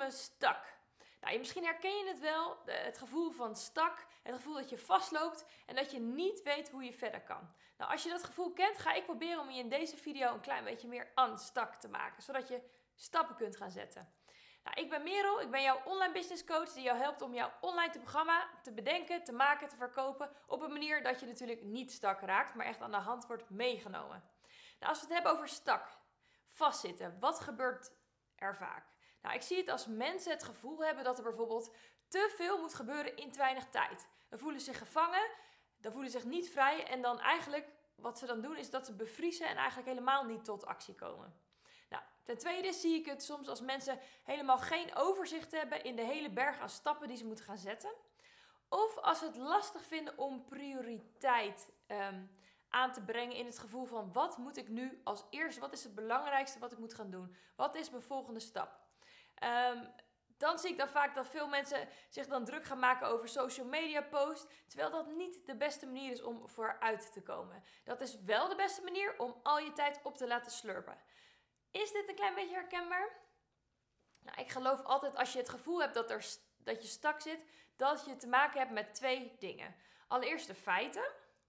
stak. Nou, misschien herken je het wel, het gevoel van stak, het gevoel dat je vastloopt en dat je niet weet hoe je verder kan. Nou, als je dat gevoel kent, ga ik proberen om je in deze video een klein beetje meer unstuck te maken, zodat je stappen kunt gaan zetten. Nou, ik ben Merel, ik ben jouw online business coach die jou helpt om jouw online programma te bedenken, te maken, te verkopen op een manier dat je natuurlijk niet stak raakt, maar echt aan de hand wordt meegenomen. Nou, als we het hebben over stak, vastzitten, wat gebeurt er vaak? Nou, ik zie het als mensen het gevoel hebben dat er bijvoorbeeld te veel moet gebeuren in te weinig tijd. Dan voelen ze zich gevangen, dan voelen ze zich niet vrij en dan eigenlijk wat ze dan doen is dat ze bevriezen en eigenlijk helemaal niet tot actie komen. Nou, ten tweede zie ik het soms als mensen helemaal geen overzicht hebben in de hele berg aan stappen die ze moeten gaan zetten. Of als ze het lastig vinden om prioriteit aan te brengen in het gevoel van wat moet ik nu als eerste, wat is het belangrijkste wat ik moet gaan doen? Wat is mijn volgende stap? Dan zie ik dan vaak dat veel mensen zich dan druk gaan maken over social media posts, terwijl dat niet de beste manier is om vooruit te komen. Dat is wel de beste manier om al je tijd op te laten slurpen. Is dit een klein beetje herkenbaar? Nou, ik geloof altijd als je het gevoel hebt dat je stak zit, dat je te maken hebt met twee dingen. Allereerst de feiten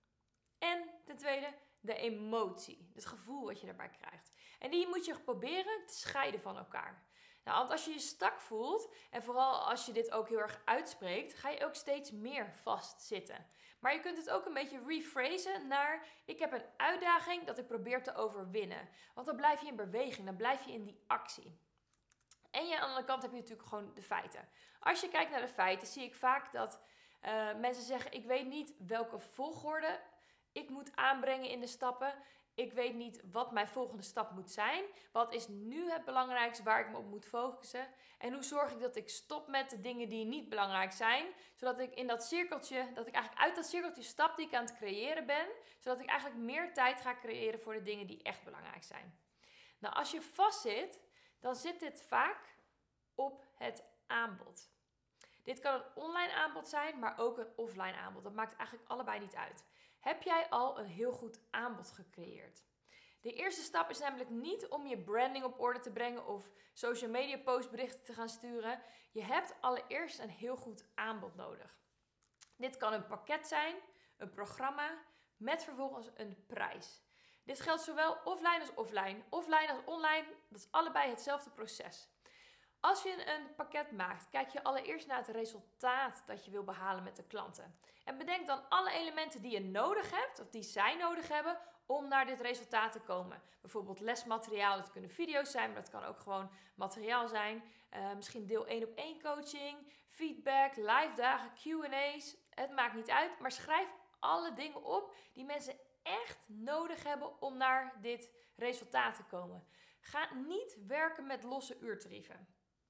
en ten tweede de emotie, het gevoel wat je daarbij krijgt. En die moet je proberen te scheiden van elkaar. Nou, want als je je stak voelt, en vooral als je dit ook heel erg uitspreekt, ga je ook steeds meer vastzitten. Maar je kunt het ook een beetje rephrasen naar, ik heb een uitdaging dat ik probeer te overwinnen. Want dan blijf je in beweging, dan blijf je in die actie. En aan de andere kant heb je natuurlijk gewoon de feiten. Als je kijkt naar de feiten, zie ik vaak dat mensen zeggen, ik weet niet welke volgorde ik moet aanbrengen in de stappen. Ik weet niet wat mijn volgende stap moet zijn. Wat is nu het belangrijkste waar ik me op moet focussen? En hoe zorg ik dat ik stop met de dingen die niet belangrijk zijn? Zodat ik in dat cirkeltje, dat ik eigenlijk uit dat cirkeltje stap die ik aan het creëren ben. Zodat ik eigenlijk meer tijd ga creëren voor de dingen die echt belangrijk zijn. Nou, als je vastzit, dan zit dit vaak op het aanbod. Dit kan een online aanbod zijn, maar ook een offline aanbod. Dat maakt eigenlijk allebei niet uit. Heb jij al een heel goed aanbod gecreëerd? De eerste stap is namelijk niet om je branding op orde te brengen of social media postberichten te gaan sturen. Je hebt allereerst een heel goed aanbod nodig. Dit kan een pakket zijn, een programma, met vervolgens een prijs. Dit geldt zowel offline als offline. Offline als online, dat is allebei hetzelfde proces. Als je een pakket maakt, kijk je allereerst naar het resultaat dat je wil behalen met de klanten. En bedenk dan alle elementen die je nodig hebt, of die zij nodig hebben, om naar dit resultaat te komen. Bijvoorbeeld lesmateriaal, dat kunnen video's zijn, maar dat kan ook gewoon materiaal zijn. Misschien deel 1-op-1 coaching, feedback, live dagen, Q&A's. Het maakt niet uit, maar schrijf alle dingen op die mensen echt nodig hebben om naar dit resultaat te komen. Ga niet werken met losse uurtarieven.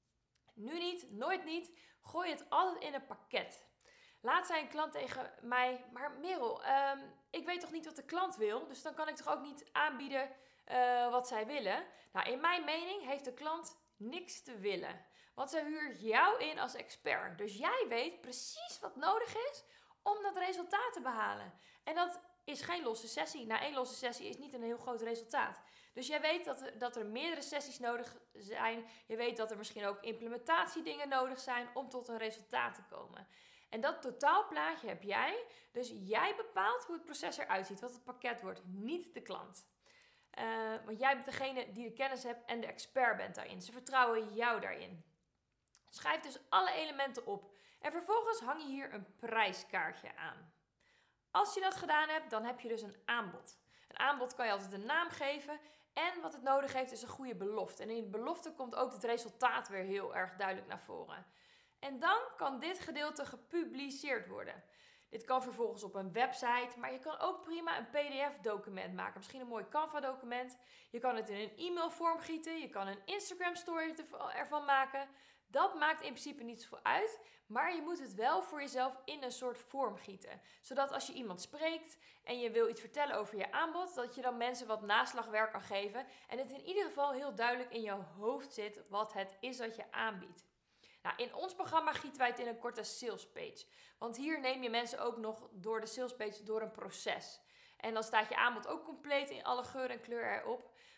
Nu niet, nooit niet. Gooi het altijd in een pakket. Laatst zei een klant tegen mij, maar Merel, ik weet toch niet wat de klant wil, dus dan kan ik toch ook niet aanbieden wat zij willen. Nou, in mijn mening heeft de klant niks te willen. Want zij huurt jou in als expert. Dus jij weet precies wat nodig is om dat resultaat te behalen. En dat is geen losse sessie. Na 1 losse sessie is niet een heel groot resultaat. Dus jij weet dat er meerdere sessies nodig zijn. Je weet dat er misschien ook implementatiedingen nodig zijn om tot een resultaat te komen. En dat totaalplaatje heb jij. Dus jij bepaalt hoe het proces eruit ziet, wat het pakket wordt, niet de klant. Want jij bent degene die de kennis hebt en de expert bent daarin. Ze vertrouwen jou daarin. Schrijf dus alle elementen op. En vervolgens hang je hier een prijskaartje aan. Als je dat gedaan hebt, dan heb je dus een aanbod. Een aanbod kan je altijd een naam geven. En wat het nodig heeft is een goede belofte. En in de belofte komt ook het resultaat weer heel erg duidelijk naar voren. En dan kan dit gedeelte gepubliceerd worden. Dit kan vervolgens op een website, maar je kan ook prima een PDF-document maken. Misschien een mooi Canva-document. Je kan het in een e-mailvorm gieten. Je kan een Instagram-story ervan maken. Dat maakt in principe niet zoveel uit, maar je moet het wel voor jezelf in een soort vorm gieten. Zodat als je iemand spreekt en je wil iets vertellen over je aanbod, dat je dan mensen wat naslagwerk kan geven. En het in ieder geval heel duidelijk in jouw hoofd zit wat het is dat je aanbiedt. Nou, in ons programma gieten wij het in een korte salespage. Want hier neem je mensen ook nog door de salespage door een proces. En dan staat je aanbod ook compleet in alle geur en kleur erop.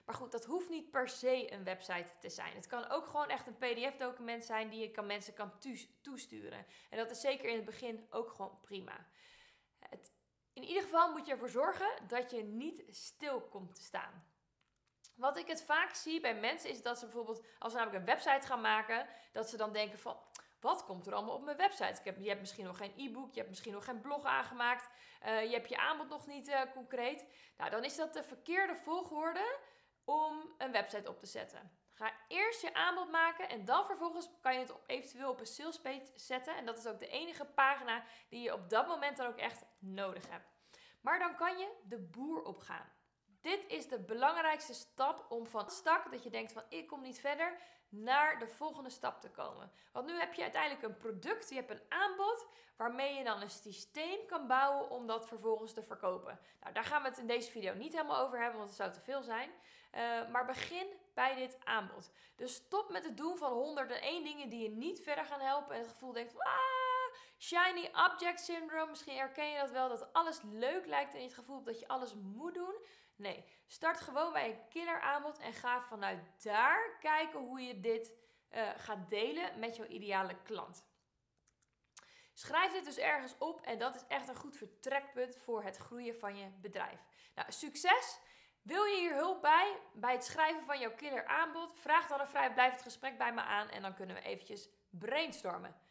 Maar goed, dat hoeft niet per se een website te zijn. Het kan ook gewoon echt een PDF-document zijn die je mensen kan toesturen. En dat is zeker in het begin ook gewoon prima. In ieder geval moet je ervoor zorgen dat je niet stil komt te staan. Wat ik het vaak zie bij mensen is dat ze bijvoorbeeld, als ze namelijk een website gaan maken, dat ze dan denken van, wat komt er allemaal op mijn website? Je hebt misschien nog geen e-book, je hebt misschien nog geen blog aangemaakt, je hebt je aanbod nog niet concreet. Nou, dan is dat de verkeerde volgorde om een website op te zetten. Ga eerst je aanbod maken en dan vervolgens kan je het eventueel op een salespage zetten. En dat is ook de enige pagina die je op dat moment dan ook echt nodig hebt. Maar dan kan je de boer opgaan. Dit is de belangrijkste stap om van stak, dat je denkt van ik kom niet verder, naar de volgende stap te komen. Want nu heb je uiteindelijk een product, je hebt een aanbod, waarmee je dan een systeem kan bouwen om dat vervolgens te verkopen. Nou, daar gaan we het in deze video niet helemaal over hebben, want het zou te veel zijn. Maar begin bij dit aanbod. Dus stop met het doen van 101 dingen die je niet verder gaan helpen en het gevoel denkt van shiny object syndrome. Misschien herken je dat wel, dat alles leuk lijkt en je het gevoel hebt dat je alles moet doen. Nee, start gewoon bij een killer aanbod en ga vanuit daar kijken hoe je dit gaat delen met jouw ideale klant. Schrijf dit dus ergens op en dat is echt een goed vertrekpunt voor het groeien van je bedrijf. Nou, succes! Wil je hier hulp bij het schrijven van jouw killer aanbod? Vraag dan een vrijblijvend gesprek bij me aan en dan kunnen we eventjes brainstormen.